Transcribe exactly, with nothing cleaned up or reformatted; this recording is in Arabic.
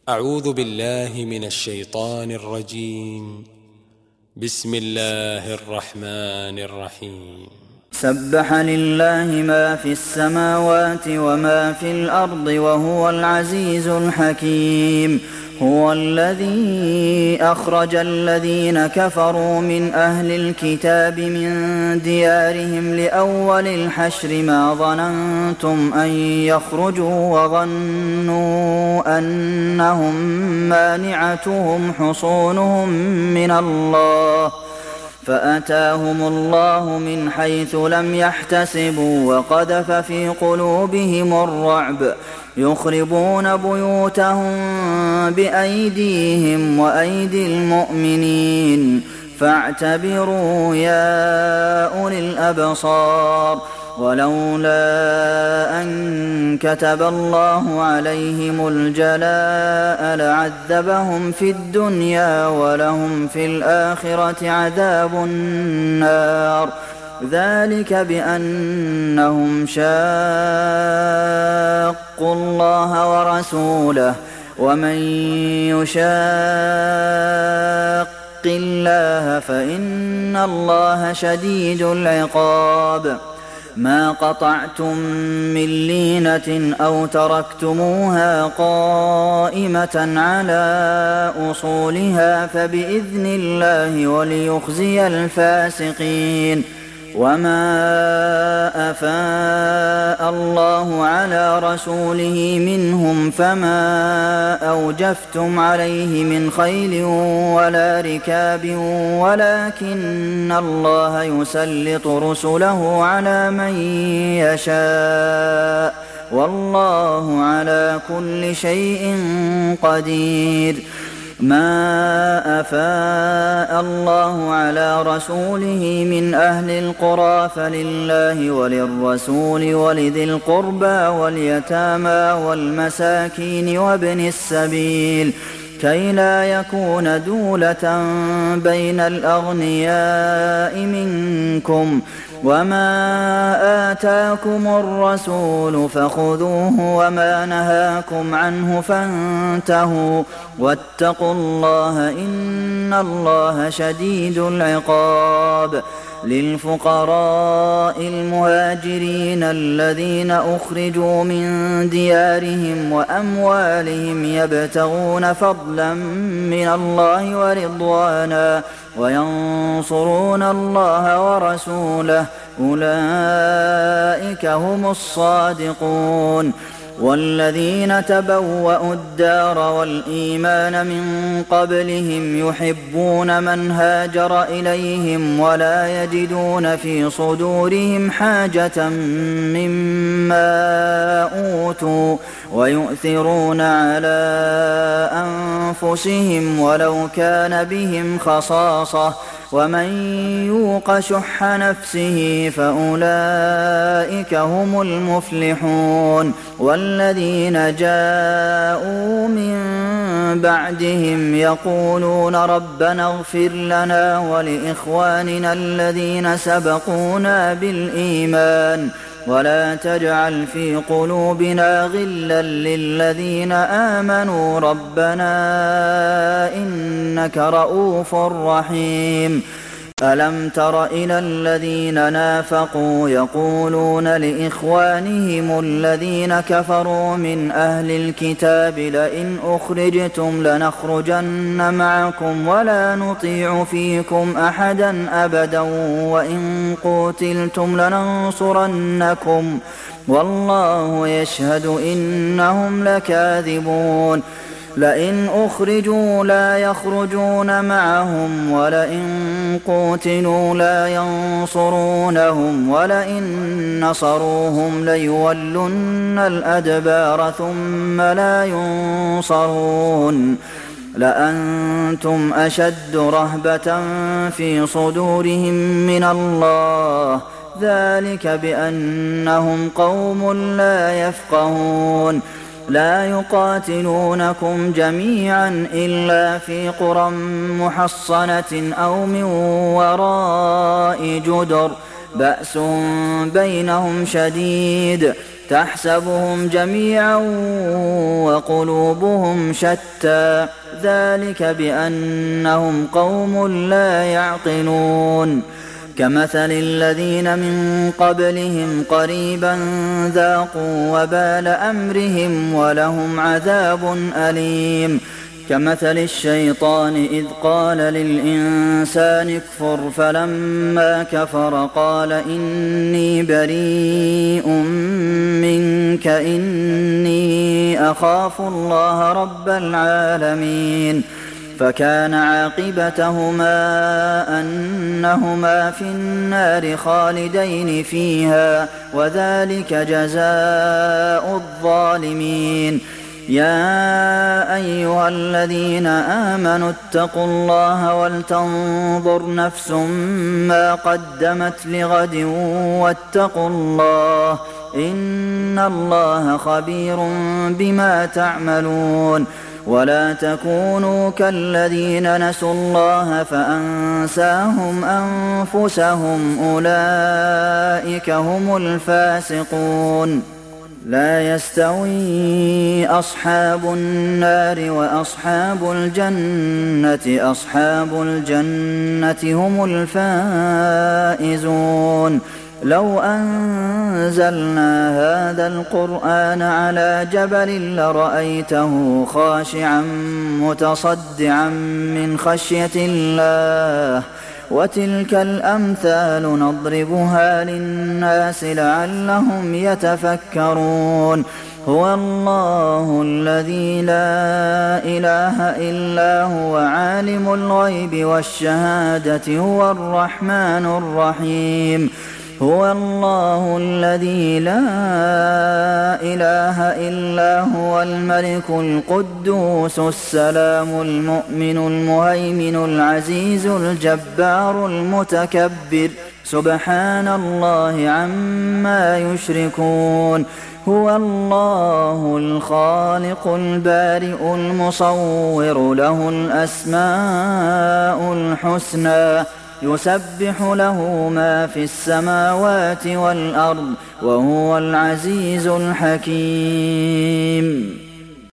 أعوذ بالله من الشيطان الرجيم. بسم الله الرحمن الرحيم. سبح لله ما في السماوات وما في الأرض وهو العزيز الحكيم. هو الذي أخرج الذين كفروا من أهل الكتاب من ديارهم لأول الحشر ما ظننتم أن يخرجوا وظنوا أنهم مانعتهم حصونهم من الله فأتاهم الله من حيث لم يحتسبوا وقذف في قلوبهم الرعب يخربون بيوتهم بأيديهم وأيدي المؤمنين فاعتبروا يا أولي الأبصار. ولولا أن كتب الله عليهم الجلاء لعذبهم في الدنيا ولهم في الآخرة عذاب النار. ذلك بأنهم شاقوا الله ورسوله ومن يشاق الله فإن الله شديد العقاب. ما قطعتم من لينة أو تركتموها قائمة على أصولها فبإذن الله وليخزي الفاسقين. وما أفاء الله على رسوله منهم فما أوجفتم عليه من خيل ولا ركاب ولكن الله يسلط رسله على من يشاء والله على كل شيء قدير. ما أفاء الله على رسوله من أهل القرى فلله وللرسول ولذي القربى واليتامى والمساكين وابن السبيل كي لا يكون دولة بين الأغنياء منكم. وما آتاكم الرسول فخذوه وما نهاكم عنه فانتهوا واتقوا الله إن الله شديد العقاب. للفقراء المهاجرين الذين أخرجوا من ديارهم وأموالهم يبتغون فضلا من الله ورضوانا وينصرون الله ورسوله أولئك هم الصادقون. والذين تبوأوا الدار والإيمان من قبلهم يحبون من هاجر إليهم ولا يجدون في صدورهم حاجة مما أوتوا ويؤثرون على أنفسهم ولو كان بهم خصاصة ومن يوق شح نفسه فأولئك هم المفلحون. والذين جاءوا من بعدهم يقولون ربنا اغفر لنا ولإخواننا الذين سبقونا بالإيمان ولا تجعل في قلوبنا غلا للذين آمنوا ربنا إنك رءوف رحيم. ألم تر إلى الذين نافقوا يقولون لإخوانهم الذين كفروا من أهل الكتاب لئن أخرجتم لنخرجن معكم ولا نطيع فيكم أحدا أبدا وإن قوتلتم لننصرنكم والله يشهد إنهم لكاذبون. لئن أخرجوا لا يخرجون معهم ولئن قوتلوا لا ينصرونهم ولئن نصروهم ليولن الأدبار ثم لا ينصرون. لأنتم أشد رهبة في صدورهم من الله ذلك بأنهم قوم لا يفقهون. لا يقاتلونكم جميعا إلا في قرى محصنة أو من وراء جدر بأس بينهم شديد تحسبهم جميعا وقلوبهم شتى ذلك بأنهم قوم لا يعقلون كمثل الذين من قبلهم قريبا ذاقوا وبال أمرهم ولهم عذاب أليم كمثل الشيطان إذ قال للإنسان اكفر فلما كفر قال إني بريء منك إني أخاف الله رب العالمين فكان عاقبتهما أنهما في النار خالدين فيها وذلك جزاء الظالمين يا أيها الذين آمنوا اتقوا الله ولتنظر نفس ما قدمت لغد واتقوا الله إن الله خبير بما تعملون ولا تكونوا كالذين نسوا الله فأنساهم أنفسهم أولئك هم الفاسقون لا يستوي أصحاب النار وأصحاب الجنة أصحاب الجنة هم الفائزون لو أنزلنا هذا القرآن على جبل لرأيته خاشعا متصدعا من خشية الله وتلك الأمثال نضربها للناس لعلهم يتفكرون هو الله الذي لا إله إلا هو عالم الغيب والشهادة هو الرحمن الرحيم هو الله الذي لا إله إلا هو الملك القدوس السلام المؤمن المهيمن العزيز الجبار المتكبر سبحان الله عما يشركون هو الله الخالق البارئ المصور له الأسماء الحسنى يسبح له ما في السماوات والأرض وهو العزيز الحكيم